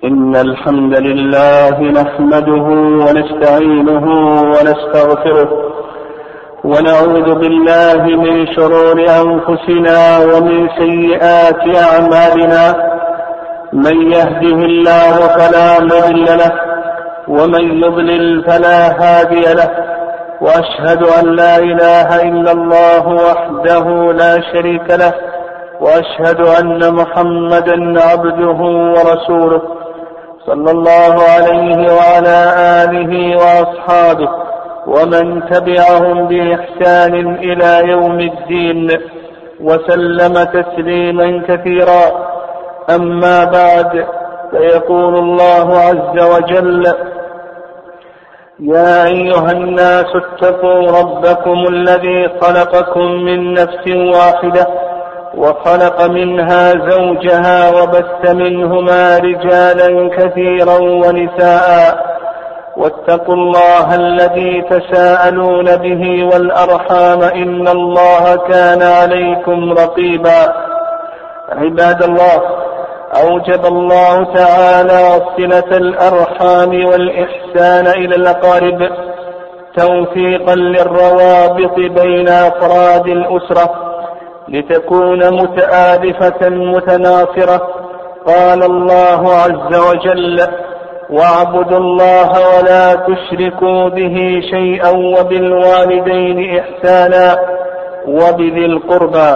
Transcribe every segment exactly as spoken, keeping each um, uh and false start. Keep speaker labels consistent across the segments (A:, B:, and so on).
A: إن الحمد لله نحمده ونستعينه ونستغفره ونعوذ بالله من شرور أنفسنا ومن سيئات أعمالنا. من يهده الله فلا مضل له ومن يضلل فلا هادي له، وأشهد أن لا إله إلا الله وحده لا شريك له، وأشهد أن محمدا عبده ورسوله صلى الله عليه وعلى آله وأصحابه ومن تبعهم بإحسان إلى يوم الدين وسلم تسليما كثيرا. أما بعد، فيقول الله عز وجل: يا أيها الناس اتقوا ربكم الذي خلقكم من نفس واحدة وخلق منها زوجها وبث منهما رجالا كثيرا ونساء، واتقوا الله الذي تساءلون به والأرحام إن الله كان عليكم رقيبا. عباد الله، أوجب الله تعالى صلة الأرحام والإحسان إلى الأقارب توثيقا للروابط بين أفراد الأسرة لتكون متآلفة متناصرة. قال الله عز وجل: واعبدوا الله ولا تشركوا به شيئا وبالوالدين إحسانا وبذي القربى.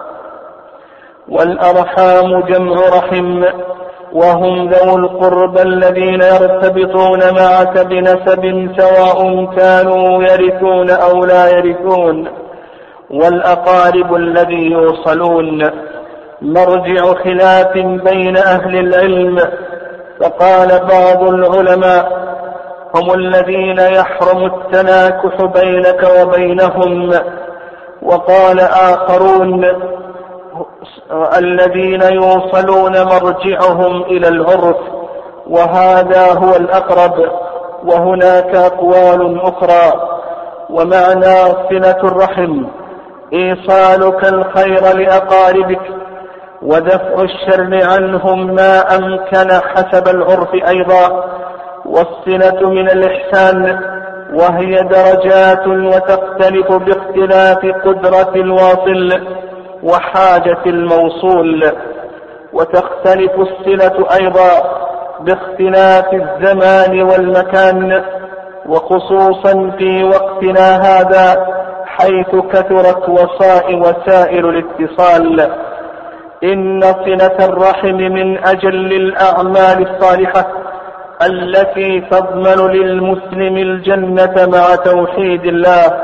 A: والأرحام جمع رحم، وهم ذو القربى الذين يرتبطون معك بنسب سواء كانوا يرثون أو لا يرثون. والأقارب الذي يوصلون مرجع خلاف بين أهل العلم، فقال بعض العلماء: هم الذين يحرم التناكح بينك وبينهم. وقال آخرون: الذين يوصلون مرجعهم إلى العرف، وهذا هو الأقرب. وهناك أقوال أخرى. ومعنى صلة الرحم إيصالك الخير لأقاربك ودفع الشر عنهم ما أمكن حسب العرف أيضا. والصلة من الإحسان، وهي درجات وتختلف باختلاف قدرة الواصل وحاجة الموصول. وتختلف الصلة أيضا باختلاف الزمان والمكان، وخصوصا في وقتنا هذا حيث كثرت وسائل الاتصال. إن صلة الرحم من أجل الأعمال الصالحة التي تضمن للمسلم الجنة مع توحيد الله.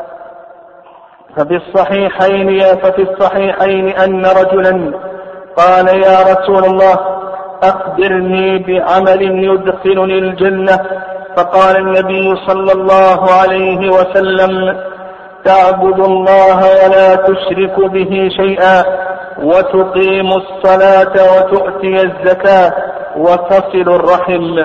A: ففي الصحيحين ففي الصحيحين أن رجلا قال: يا رسول الله، أخبرني بعمل يدخلني الجنة. فقال النبي صلى الله عليه وسلم: تعبد الله ولا تشرك به شيئا، وتقيم الصلاة وتؤتي الزكاة، وتصل الرحم.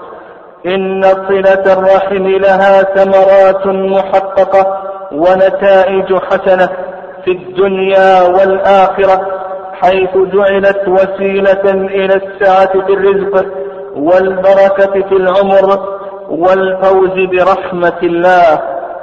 A: إن صلة الرحم لها ثمرات محققة ونتائج حسنة في الدنيا والآخرة، حيث جعلت وسيلة إلى السعة في الرزق والبركة في العمر والفوز برحمة الله.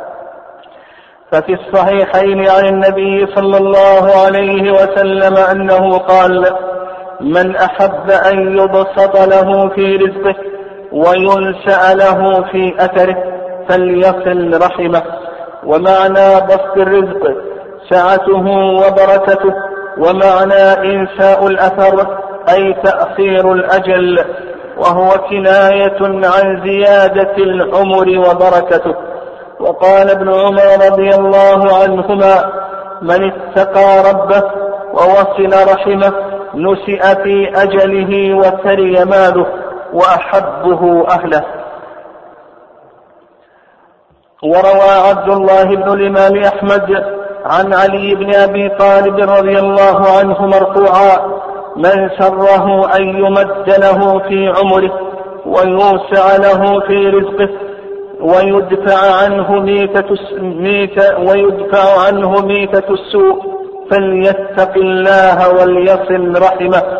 A: ففي الصحيحين عن النبي صلى الله عليه وسلم أنه قال: من أحب أن يبسط له في رزقه وينسأ له في أثره فليصل رحمه. ومعنى بسط الرزق سعته وبركته، ومعنى إنساء الأثر أي تأخير الأجل، وهو كناية عن زيادة العمر وبركته. وقال ابن عمر رضي الله عنهما: من اتقى ربه ووصل رحمه نسئ في أجله وثري ماله وأحبه أهله. وروى عبد الله بن الإمام أحمد عن علي بن أبي طالب رضي الله عنه مرفوعا: من سره أن يمد له في عمره ويوسع له في رزقه ويدفع عنه ميتة, ميتة ويدفع عنه ميتة السوء فليتق الله وليصل رحمه.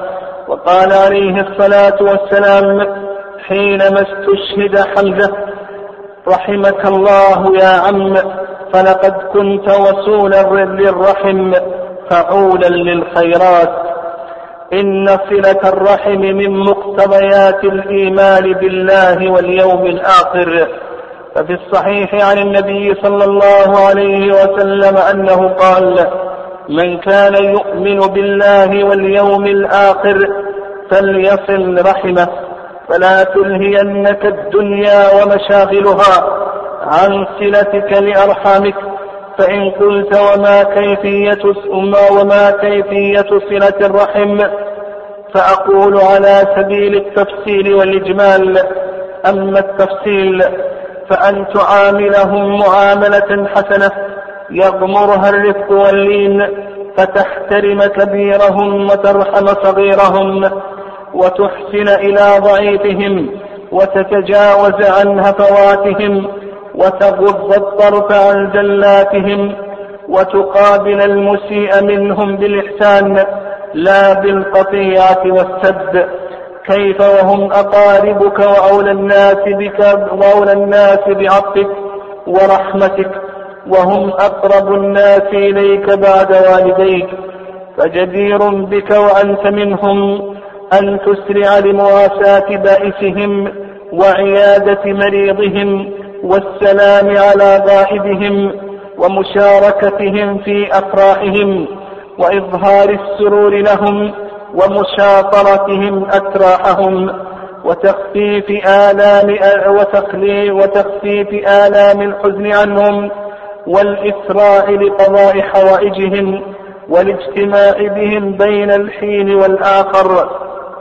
A: وقال عليه الصلاة والسلام حينما استشهد حمزة: رحمك الله يا عم، فلقد كنت وصولا للرحم فعولا للخيرات. إن صلة الرحم من مقتضيات الإيمان بالله واليوم الآخر. ففي الصحيح عن النبي صلى الله عليه وسلم أنه قال: من كان يؤمن بالله واليوم الآخر فليصل رحمه، فلا تلهينك الدنيا ومشاغلها عن صلتك لأرحامك. فإن قلت وما كيفية وما كيفية صلة الرحم، فأقول على سبيل التفصيل والإجمال. أما التفصيل فأن تعاملهم معاملة حسنة يغمرها الرفق واللين، فتحترم كبيرهم وترحم صغيرهم، وتحسن إلى ضعيفهم وتتجاوز عن هفواتهم، وتغض الطرف عن زلاتهم، وتقابل المسيء منهم بالإحسان لا بالقطيعة والسد. كيف وهم أقاربك وأولى الناس بك وأولى الناس بعطفك ورحمتك، وهم أقرب الناس إليك بعد والديك، فجدير بك وأنت منهم أن تسرع لمواساة بائسهم وعيادة مريضهم والسلام على غائبهم ومشاركتهم في أفراحهم وإظهار السرور لهم ومشاطرتهم أتراحهم وتخفيف آلام وتخفيف آلام الحزن عنهم والإسراع لقضاء حوائجهم والاجتماع بهم بين الحين والآخر.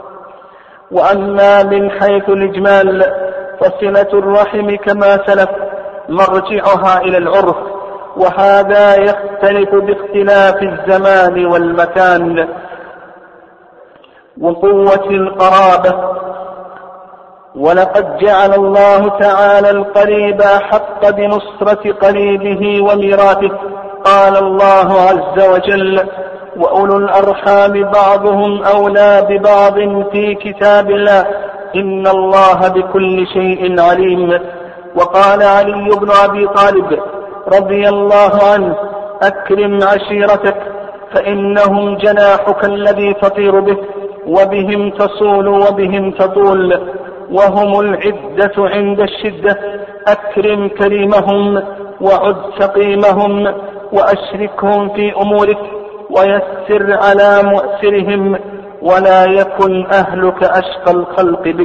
A: وأما من حيث الإجمال فصلة الرحم كما سلف مرجعها إلى العرف، وهذا يختلف باختلاف الزمان والمكان وقوة القرابة. ولقد جعل الله تعالى القريب أحق بنصرة قريبه وميراثه. قال الله عز وجل: وأولو الأرحام بعضهم أولى ببعض في كتاب الله إن الله بكل شيء عليم. وقال علي بن أبي طالب رضي الله عنه: أكرم عشيرتك فإنهم جناحك الذي تطير به، وبهم تصول وبهم تطول، وهم العدة عند الشدة. أكرم كريمهم وعد سقيمهم، وأشركهم في أمورك، ويسر على مؤسرهم، ولا يكن أهلك أشقى الخلق بك.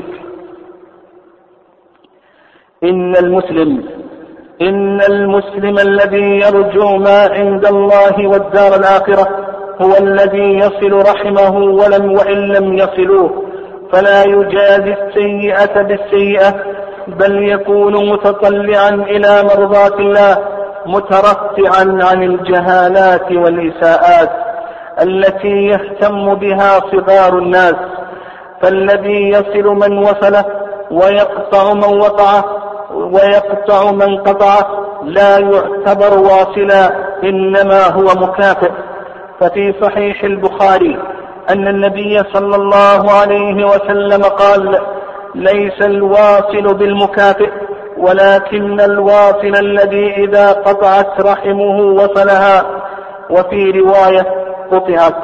A: إن المسلم إن المسلم الذي يرجو ما عند الله والدار الآخرة هو الذي يصل رحمه ولم وإن لم يصلوه، فلا يجازي السيئة بالسيئة، بل يكون متطلعا إلى مرضاة الله مترفعا عن الجهالات والإساءات التي يهتم بها صغار الناس. فالذي يصل من وصله ويقطع من وقعه ويقطع من قطعه لا يعتبر واصلا، إنما هو مكافئ. ففي صحيح البخاري أن النبي صلى الله عليه وسلم قال: ليس الواصل بالمكافئ، ولكن الواصل الذي إذا قطعت رحمه وصلها. وفي رواية قطعت.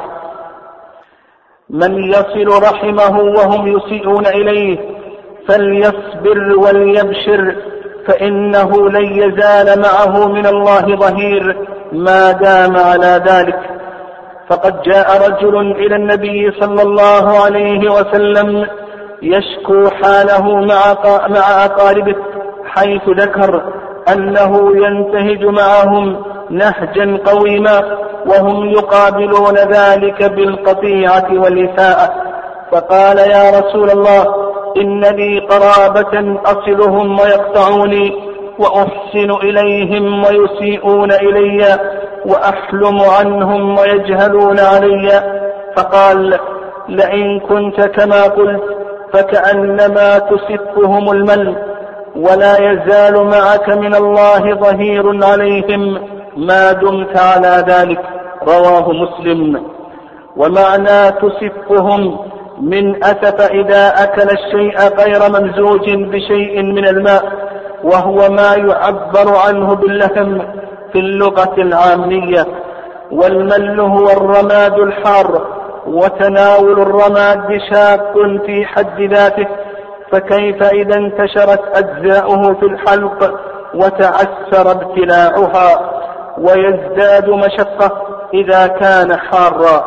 A: من يصل رحمه وهم يسيئون إليه فليصبر وليبشر، فإنه لن يزال معه من الله ظهير ما دام على ذلك. فقد جاء رجل إلى النبي صلى الله عليه وسلم يشكو حاله مع أقاربه، حيث ذكر أنه ينتهج معهم نهجا قويما، وهم يقابلون ذلك بالقطيعة والإساءة. فقال: يا رسول الله، إن لي قرابة أصلهم ويقطعوني، وأحسن إليهم ويسيئون إلي، وأحلم عنهم ويجهلون علي. فقال: لئن كنت كما قلت فكأنما تسفهم المن، ولا يزال معك من الله ظهير عليهم ما دمت على ذلك. رواه مسلم. ومعنى تسفهم من أسف إذا أكل الشيء غير ممزوج بشيء من الماء، وهو ما يعبر عنه باللهم في اللغة العامية. والمل هو الرماد الحار، وتناول الرماد شاق في حد ذاته، فكيف إذا انتشرت أجزاؤه في الحلق وتعسر ابتلاعها، ويزداد مشقة إذا كان حارا.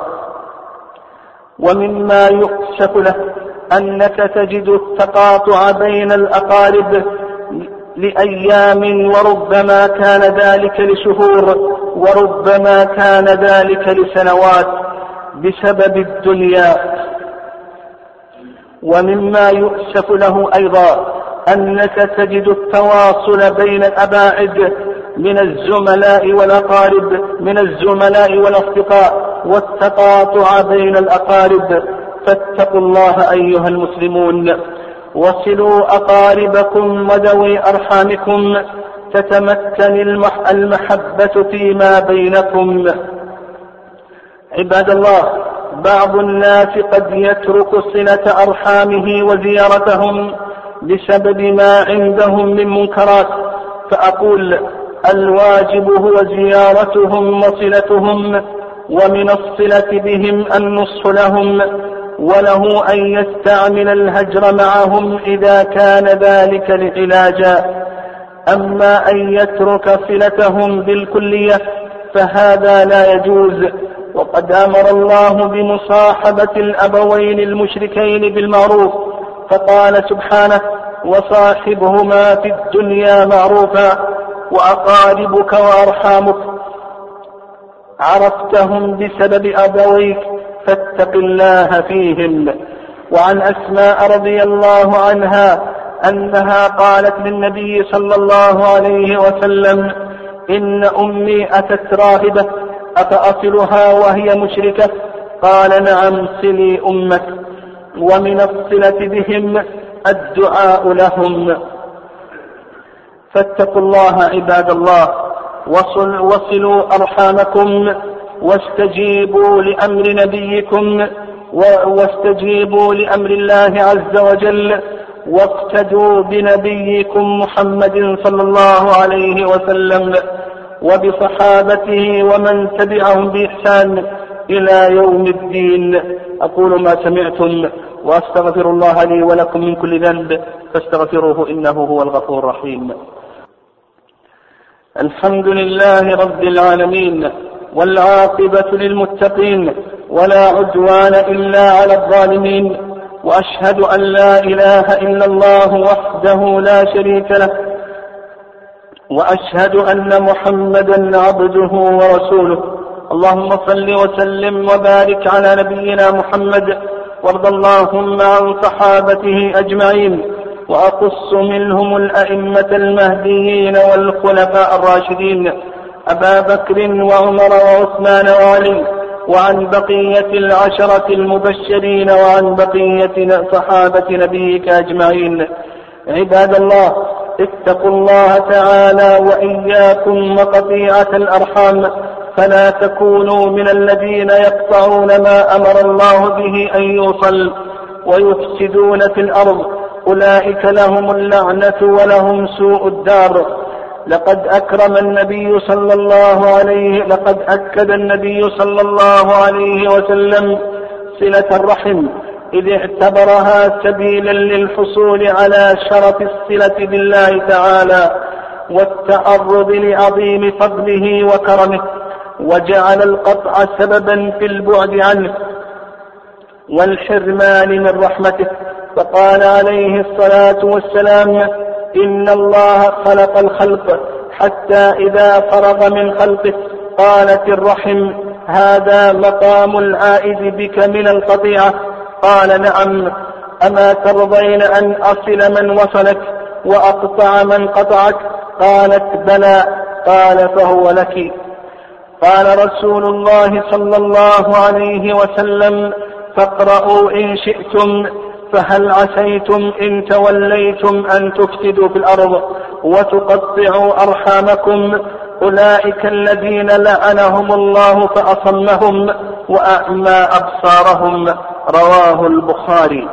A: ومما يؤسف له أنك تجد التقاطع بين الأقارب لأيام، وربما كان ذلك لشهور، وربما كان ذلك لسنوات بسبب الدنيا. ومما يؤسف له أيضا أنك تجد التواصل بين الأباعد من الزملاء والأقارب من الزملاء والأصدقاء والتقاطع بين الأقارب. فاتقوا الله أيها المسلمون، وصلوا أقاربكم وذوي أرحامكم تتمكن المحبة فيما بينكم. عباد الله، بعض الناس قد يترك صلة أرحامه وزيارتهم بسبب ما عندهم من منكرات، فأقول الواجب هو زيارتهم وصلتهم، ومن الصلة بهم النصح لهم، وله أن يستعمل الهجر معهم إذا كان ذلك لعلاجا. أما أن يترك صلتهم بالكلية فهذا لا يجوز. وقد أمر الله بمصاحبة الأبوين المشركين بالمعروف، فقال سبحانه: وصاحبهما في الدنيا معروفا، وأقاربك وأرحامك عرفتهم بسبب أبويك فاتق الله فيهم. وعن أسماء رضي الله عنها أنها قالت للنبي صلى الله عليه وسلم: إن أمي أتت راهبة أفأصلها وهي مشركة؟ قال: نعم، صلي أمك. ومن الصلة بهم الدعاء لهم. فاتقوا الله عباد الله، وصل وصلوا أرحامكم، واستجيبوا لأمر نبيكم واستجيبوا لأمر الله عز وجل، واقتدوا بنبيكم محمد صلى الله عليه وسلم وبصحابته ومن تبعهم بإحسان إلى يوم الدين. أقول ما سمعتم، وأستغفر الله لي ولكم من كل ذنب، فاستغفروه إنه هو الغفور الرحيم. الحمد لله رب العالمين، والعاقبة للمتقين، ولا عدوان إلا على الظالمين، وأشهد أن لا إله إلا الله وحده لا شريك له، وأشهد أن محمدا عبده ورسوله. اللهم صل وسلم وبارك على نبينا محمد، وارض اللهم عن صحابته أجمعين، وأقص منهم الأئمة المهديين والخلفاء الراشدين أبا بكر وعمر وعثمان وعلي، وعن بقية العشرة المبشرين، وعن بقية صحابة نبيك أجمعين. عباد الله، اتقوا الله تعالى وإياكم وقطيعة الأرحام، فلا تكونوا من الذين يقطعون ما أمر الله به أن يوصل ويفسدون في الأرض، أولئك لهم اللعنة ولهم سوء الدار. لقد أكرم النبي صلى الله عليه لقد أكد النبي صلى الله عليه وسلم صلة الرحم، إذ اعتبرها سبيلا للحصول على شرف الصلة بالله تعالى والتعرض لعظيم فضله وكرمه، وجعل القطع سببا في البعد عنه والحرمان من رحمته. فقال عليه الصلاة والسلام: إن الله خلق الخلق حتى إذا فرغ من خلقه قالت الرحم: هذا مقام العائد بك من القطيعة. قال: نعم، أما ترضين أن أصل من وصلك وأقطع من قطعك؟ قالت: بلى. قال: فهو لك. قال رسول الله صلى الله عليه وسلم: فاقرؤوا إن شئتم، فهل عسيتم إن توليتم أن تفسدوا في الأرض وتقطعوا أرحامكم؟ أولئك الذين لعنهم الله فأصمهم وأعمى أبصارهم. رواه البخاري.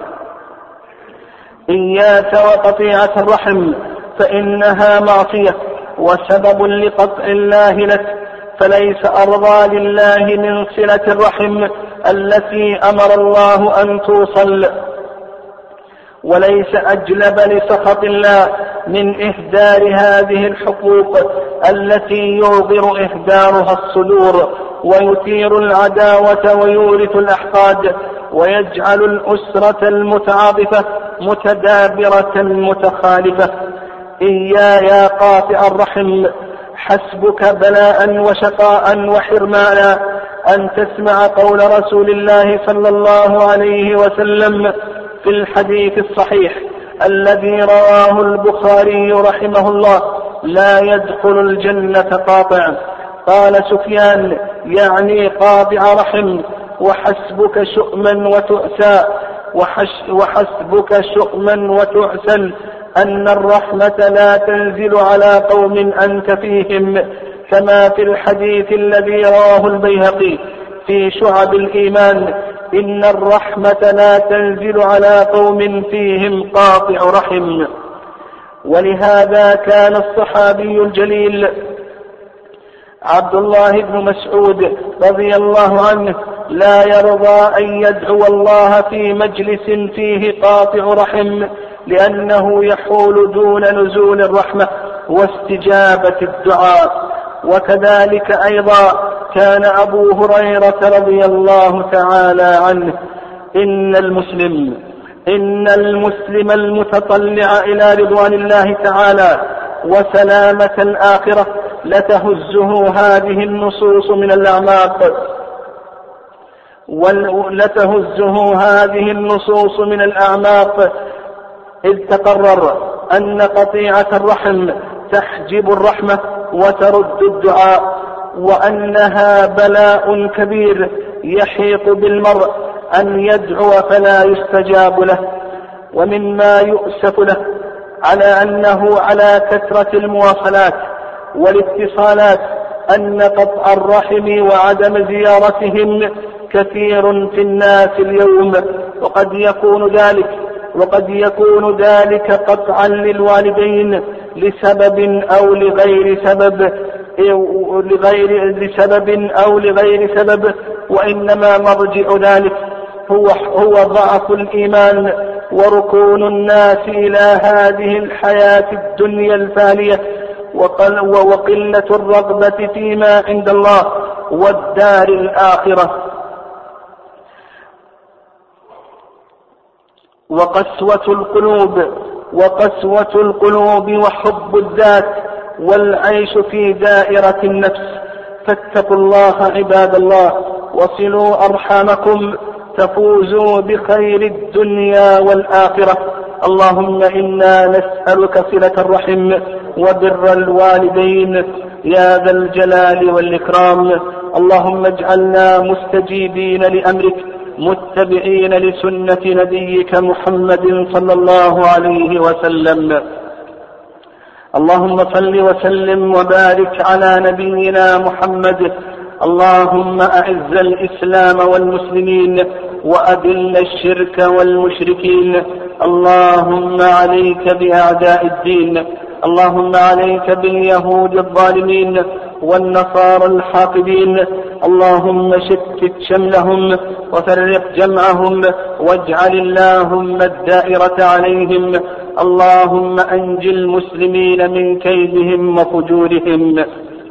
A: إياك وقطيعة الرحم فإنها معصية وسبب لقطع الله لك، فليس أرضى لله من صلة الرحم التي أمر الله أن توصل، وليس أجلب لسخط الله من إهدار هذه الحقوق التي يوغر إهدارها الصدور ويثير العداوة ويورث الأحقاد ويجعل الأسرة المتعاطفة متدابرة متخالفة. إيا يا قاطع الرحم، حسبك بلاء وشقاء وحرمانا أن تسمع قول رسول الله صلى الله عليه وسلم في الحديث الصحيح الذي رواه البخاري رحمه الله: لا يدخل الجنة قاطع. قال سفيان: يعني قاطع رحم. وحسبك شؤما وتؤسى وحسبك شؤما وتؤسا أن الرحمة لا تنزل على قوم أنت فيهم، كما في الحديث الذي رواه البيهقي في شعب الإيمان: إن الرحمة لا تنزل على قوم فيهم قاطع رحم. ولهذا كان الصحابي الجليل عبد الله بن مسعود رضي الله عنه لا يرضى أن يدعو الله في مجلس فيه قاطع رحم، لأنه يحول دون نزول الرحمة واستجابة الدعاء. وكذلك أيضا كان أبو هريرة رضي الله تعالى عنه: إن المسلم إن المسلم المتطلع إلى رضوان الله تعالى وسلامة الآخرة لتهزه هذه النصوص من الأعماق ولتهزه هذه النصوص من الأعماق إذ تقرر أن قطيعة الرحم تحجب الرحمة وترد الدعاء، وأنها بلاء كبير يحيق بالمرء أن يدعو فلا يستجاب له. ومما يؤسف له على أنه على كثرة المواصلات والاتصالات أن قطع الرحم وعدم زيارتهم كثير في الناس اليوم، وقد يكون ذلك وقد يكون ذلك قطعا للوالدين لسبب أو لغير سبب لغير لسبب أو لغير سبب وإنما مرجع ذلك هو هو ضعف الإيمان وركون الناس إلى هذه الحياة الدنيا الفانية وقلة الرغبة فيما عند الله والدار الآخرة، وقسوة القلوب وقسوة القلوب وحب الذات والعيش في دائرة النفس. فاتقوا الله عباد الله وصلوا أرحامكم تفوزوا بخير الدنيا والآخرة. اللهم إنا نسألك صلة الرحم وبر الوالدين يا ذا الجلال والإكرام. اللهم اجعلنا مستجيبين لأمرك متبعين لسنة نبيك محمد صلى الله عليه وسلم. اللهم صل وسلم وبارك على نبينا محمد. اللهم أعز الإسلام والمسلمين وأذل الشرك والمشركين. اللهم عليك بأعداء الدين. اللهم عليك باليهود الظالمين والنصارى الحاقدين. اللهم شتت شملهم وفرق جمعهم واجعل اللهم الدائرة عليهم. اللهم أنج المسلمين من كيدهم وفجورهم.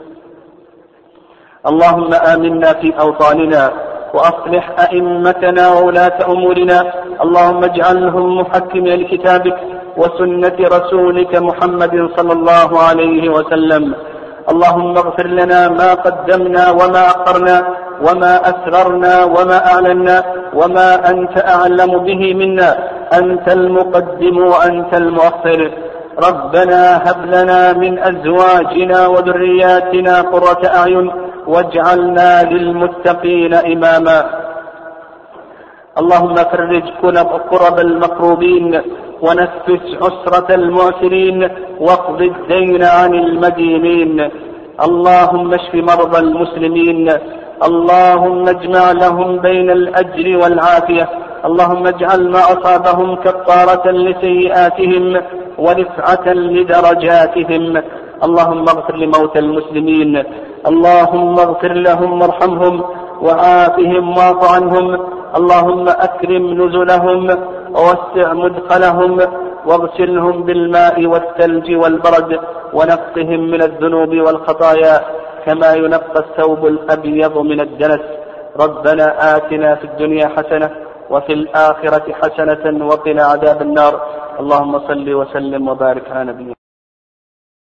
A: اللهم آمنا في أوطاننا وأصلح أئمتنا وولاة أمورنا. اللهم اجعلهم محكمين لكتابك وسنة رسولك محمد صلى الله عليه وسلم. اللهم اغفر لنا ما قدمنا وما أخرنا وما أسررنا وما أعلنا وما أنت أعلم به منا، أنت المقدم وأنت المؤخر. ربنا هب لنا من أزواجنا وذرياتنا قرة أعين واجعلنا للمتقين إماما. اللهم فرج كرب المكروبين ونفس عسرة المعسرين واقض الدين عن المدينين. اللهم اشف مرضى المسلمين. اللهم اجمع لهم بين الأجر والعافية. اللهم اجعل ما أصابهم كفارة لسيئاتهم ورفعة لدرجاتهم. اللهم اغفر لموتى المسلمين، اللهم اغفر لهم وارحمهم وعافهم واعف عنهم. اللهم أكرم نزلهم ووسع مدخلهم واغسلهم بالماء والثلج والبرد ونقهم من الذنوب والخطايا كما ينقى الثوب الأبيض من الدنس. ربنا آتنا في الدنيا حسنة وفي الآخرة حسنة وقنا عذاب النار. اللهم صل وسلم وبارك على نبينا